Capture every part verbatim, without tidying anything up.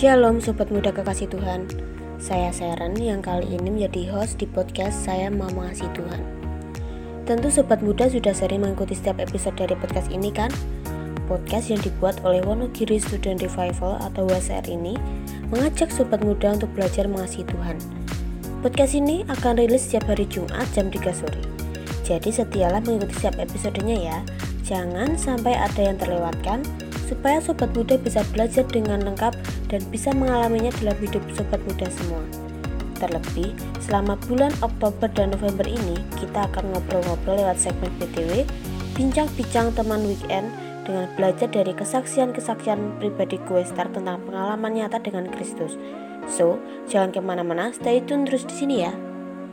Shalom Sobat Muda Kekasih Tuhan. Saya Sharon yang kali ini menjadi host di podcast Saya Mau Mengasihi Tuhan. Tentu Sobat Muda sudah sering mengikuti setiap episode dari podcast ini kan? Podcast yang dibuat oleh Wonogiri Student Revival atau W S R ini mengajak Sobat Muda untuk belajar mengasihi Tuhan. Podcast ini akan rilis setiap hari Jumat jam tiga sore. Jadi setialah mengikuti setiap episodenya ya. Jangan sampai ada yang terlewatkan, supaya Sobat Muda bisa belajar dengan lengkap dan bisa mengalaminya dalam hidup Sobat Muda semua. Terlebih, selama bulan Oktober dan November ini, kita akan ngobrol-ngobrol lewat segmen B T W, bincang-bincang teman weekend, dengan belajar dari kesaksian-kesaksian pribadi Q-Star tentang pengalaman nyata dengan Kristus. So, jangan kemana-mana, stay tune terus di sini ya.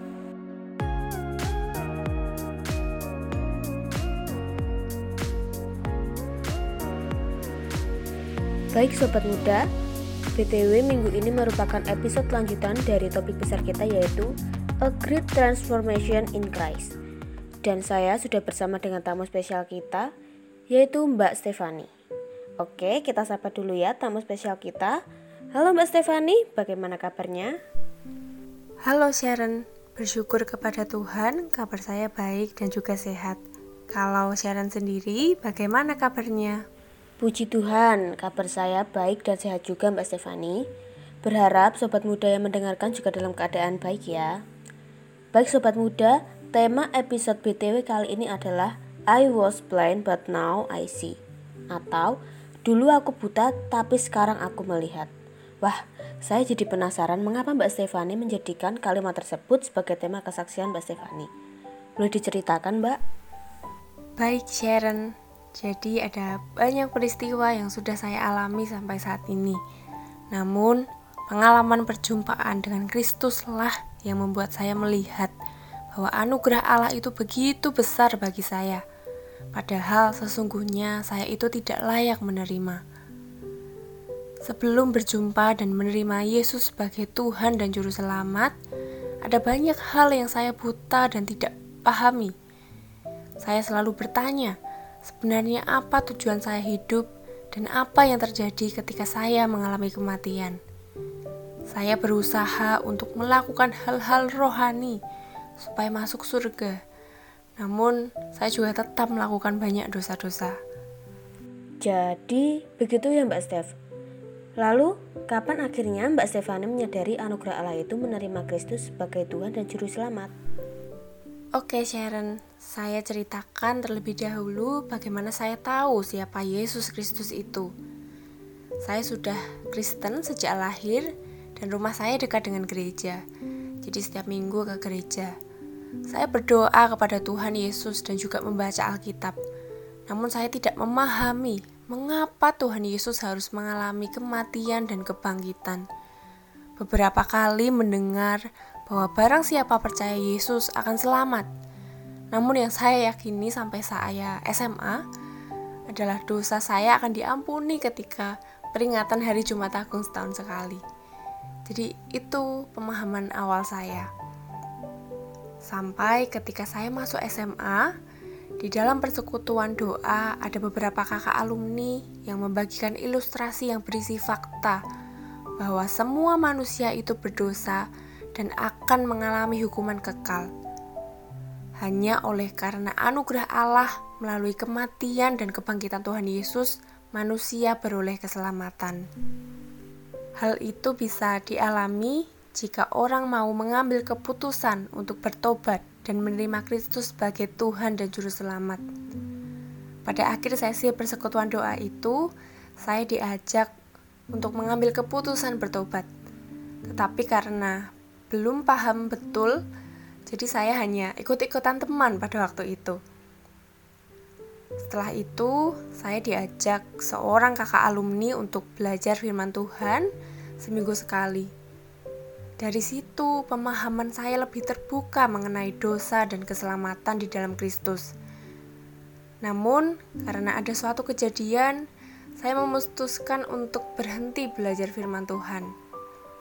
Baik Sobat Muda, B T W minggu ini merupakan episode lanjutan dari topik besar kita yaitu A Great Transformation in Christ. Dan saya sudah bersama dengan tamu spesial kita yaitu Mbak Stefani. Oke, kita sapa dulu ya tamu spesial kita. Halo Mbak Stefani, bagaimana kabarnya? Halo Sharon, bersyukur kepada Tuhan, kabar saya baik dan juga sehat. Kalau Sharon sendiri, bagaimana kabarnya? Puji Tuhan, kabar saya baik dan sehat juga Mbak Stefani. Berharap Sobat Muda yang mendengarkan juga dalam keadaan baik ya. Baik Sobat Muda, tema episode B T W kali ini adalah I was blind but now I see. Atau, dulu aku buta tapi sekarang aku melihat. Wah, saya jadi penasaran mengapa Mbak Stefani menjadikan kalimat tersebut sebagai tema kesaksian Mbak Stefani. Boleh diceritakan Mbak? Baik Sharon. Jadi ada banyak peristiwa yang sudah saya alami sampai saat ini. Namun, pengalaman perjumpaan dengan Kristuslah yang membuat saya melihat bahwa anugerah Allah itu begitu besar bagi saya. Padahal sesungguhnya saya itu tidak layak menerima. Sebelum berjumpa dan menerima Yesus sebagai Tuhan dan Juru Selamat, ada banyak hal yang saya buta dan tidak pahami. Saya selalu bertanya, sebenarnya apa tujuan saya hidup dan apa yang terjadi ketika saya mengalami kematian. Saya berusaha untuk melakukan hal-hal rohani supaya masuk surga. Namun, saya juga tetap melakukan banyak dosa-dosa. Jadi, begitu ya Mbak Stef. Lalu, kapan akhirnya Mbak Stefani menyadari anugerah Allah itu menerima Kristus sebagai Tuhan dan Juru Selamat? Oke Sharon, saya ceritakan terlebih dahulu bagaimana saya tahu siapa Yesus Kristus itu. Saya sudah Kristen sejak lahir dan rumah saya dekat dengan gereja. Jadi setiap minggu ke gereja. Saya berdoa kepada Tuhan Yesus dan juga membaca Alkitab. Namun saya tidak memahami mengapa Tuhan Yesus harus mengalami kematian dan kebangkitan. Beberapa kali mendengar bahwa barang siapa percaya Yesus akan selamat. Namun yang saya yakini sampai saya S M A adalah dosa saya akan diampuni ketika peringatan hari Jumat Agung setahun sekali. Jadi itu pemahaman awal saya. Sampai ketika saya masuk S M A, di dalam persekutuan doa ada beberapa kakak alumni yang membagikan ilustrasi yang berisi fakta bahwa semua manusia itu berdosa dan akan mengalami hukuman kekal. Hanya oleh karena anugerah Allah melalui kematian dan kebangkitan Tuhan Yesus, manusia beroleh keselamatan. Hal itu bisa dialami jika orang mau mengambil keputusan untuk bertobat dan menerima Kristus sebagai Tuhan dan Juru Selamat. Pada akhir sesi persekutuan doa itu, saya diajak untuk mengambil keputusan bertobat. Tetapi karena belum paham betul, jadi saya hanya ikut-ikutan teman pada waktu itu. Setelah itu, saya diajak seorang kakak alumni untuk belajar firman Tuhan seminggu sekali. Dari situ, pemahaman saya lebih terbuka mengenai dosa dan keselamatan di dalam Kristus. Namun, karena ada suatu kejadian, saya memutuskan untuk berhenti belajar firman Tuhan.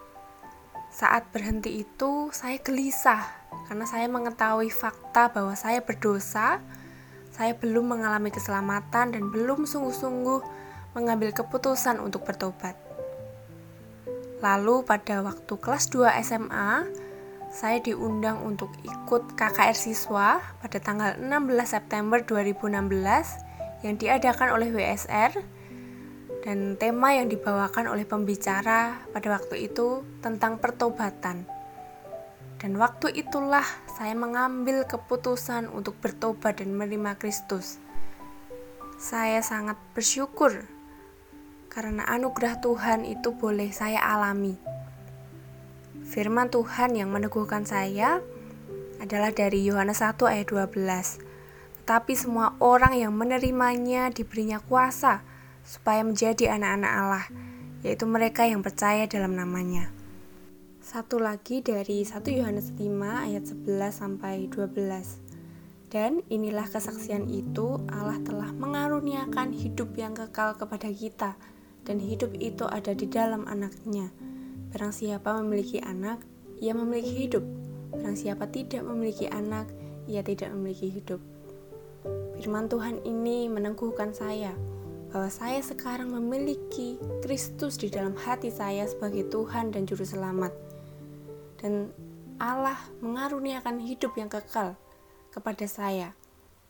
Saat berhenti itu, saya gelisah karena saya mengetahui fakta bahwa saya berdosa, saya belum mengalami keselamatan dan belum sungguh-sungguh mengambil keputusan untuk bertobat. Lalu pada waktu kelas dua S M A, saya diundang untuk ikut K K R siswa pada tanggal enam belas September dua ribu enam belas yang diadakan oleh W S R, dan tema yang dibawakan oleh pembicara pada waktu itu tentang pertobatan. Dan waktu itulah saya mengambil keputusan untuk bertobat dan menerima Kristus. Saya sangat bersyukur karena anugerah Tuhan itu boleh saya alami. Firman Tuhan yang meneguhkan saya adalah dari Yohanes satu ayat dua belas. Tetapi semua orang yang menerimanya diberinya kuasa supaya menjadi anak-anak Allah, yaitu mereka yang percaya dalam namanya. Satu lagi dari satu Yohanes lima ayat sebelas sampai dua belas. Dan inilah kesaksian itu, Allah telah mengaruniakan hidup yang kekal kepada kita, dan hidup itu ada di dalam Anak-Nya. Barang siapa memiliki anak, ia memiliki hidup. Barang siapa tidak memiliki anak, ia tidak memiliki hidup. Firman Tuhan ini meneguhkan saya bahwa saya sekarang memiliki Kristus di dalam hati saya sebagai Tuhan dan Juru Selamat. Dan Allah mengaruniakan hidup yang kekal kepada saya.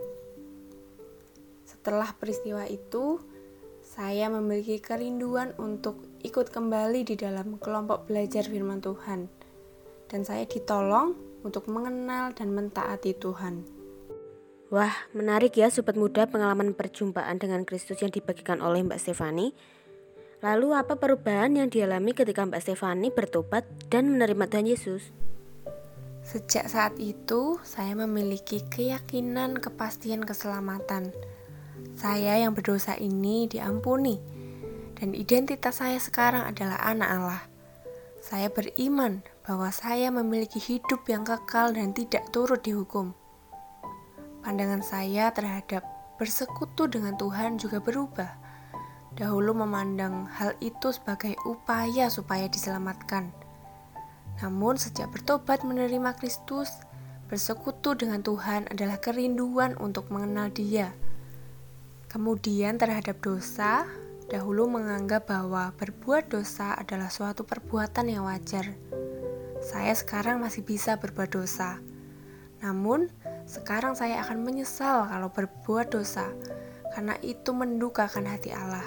Setelah peristiwa itu, saya memiliki kerinduan untuk ikut kembali di dalam kelompok belajar firman Tuhan. Dan saya ditolong untuk mengenal dan mentaati Tuhan. Wah, menarik ya Sobat Muda pengalaman perjumpaan dengan Kristus yang dibagikan oleh Mbak Stefani. Lalu apa perubahan yang dialami ketika Mbak Stefani bertobat dan menerima Tuhan Yesus? Sejak saat itu, saya memiliki keyakinan kepastian keselamatan. Saya yang berdosa ini diampuni, dan identitas saya sekarang adalah anak Allah. Saya beriman bahwa saya memiliki hidup yang kekal dan tidak turut dihukum. Pandangan saya terhadap bersekutu dengan Tuhan juga berubah. Dahulu memandang hal itu sebagai upaya supaya diselamatkan. Namun sejak bertobat menerima Kristus, bersekutu dengan Tuhan adalah kerinduan untuk mengenal Dia. Kemudian terhadap dosa, dahulu menganggap bahwa berbuat dosa adalah suatu perbuatan yang wajar. Saya sekarang masih bisa berbuat dosa. Namun, sekarang saya akan menyesal kalau berbuat dosa, karena itu mendukakan hati Allah.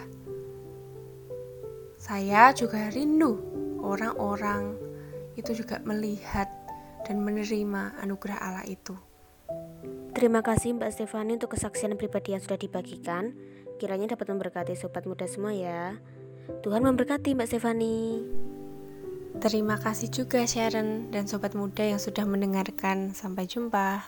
Saya juga rindu orang-orang itu juga melihat dan menerima anugerah Allah itu. Terima kasih Mbak Stefani untuk kesaksian pribadi yang sudah dibagikan. Kiranya dapat memberkati Sobat Muda semua ya. Tuhan memberkati Mbak Stefani. Terima kasih juga Sharon dan Sobat Muda yang sudah mendengarkan. Sampai jumpa.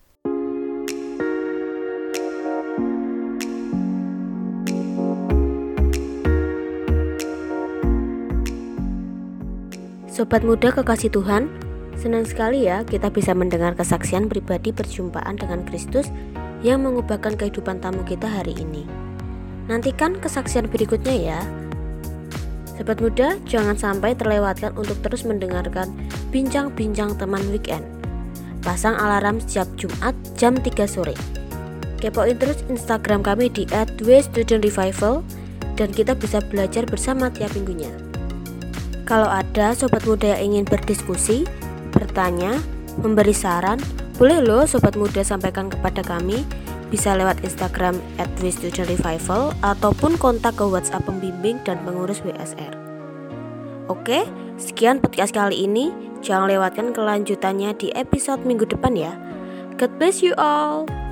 Sobat Muda kekasih Tuhan, senang sekali ya kita bisa mendengar kesaksian pribadi perjumpaan dengan Kristus yang mengubahkan kehidupan tamu kita hari ini. Nantikan kesaksian berikutnya ya. Sobat Muda, jangan sampai terlewatkan untuk terus mendengarkan bincang-bincang teman weekend. Pasang alarm setiap Jumat jam tiga sore. Kepoin terus Instagram kami di at w student revival dan kita bisa belajar bersama tiap minggunya. Kalau ada Sobat Muda yang ingin berdiskusi, bertanya, memberi saran, boleh loh Sobat Muda sampaikan kepada kami. Bisa lewat Instagram at w student revival ataupun kontak ke WhatsApp pembimbing dan pengurus W S R. Oke, sekian podcast kali ini. Jangan lewatkan kelanjutannya di episode minggu depan ya. God bless you all.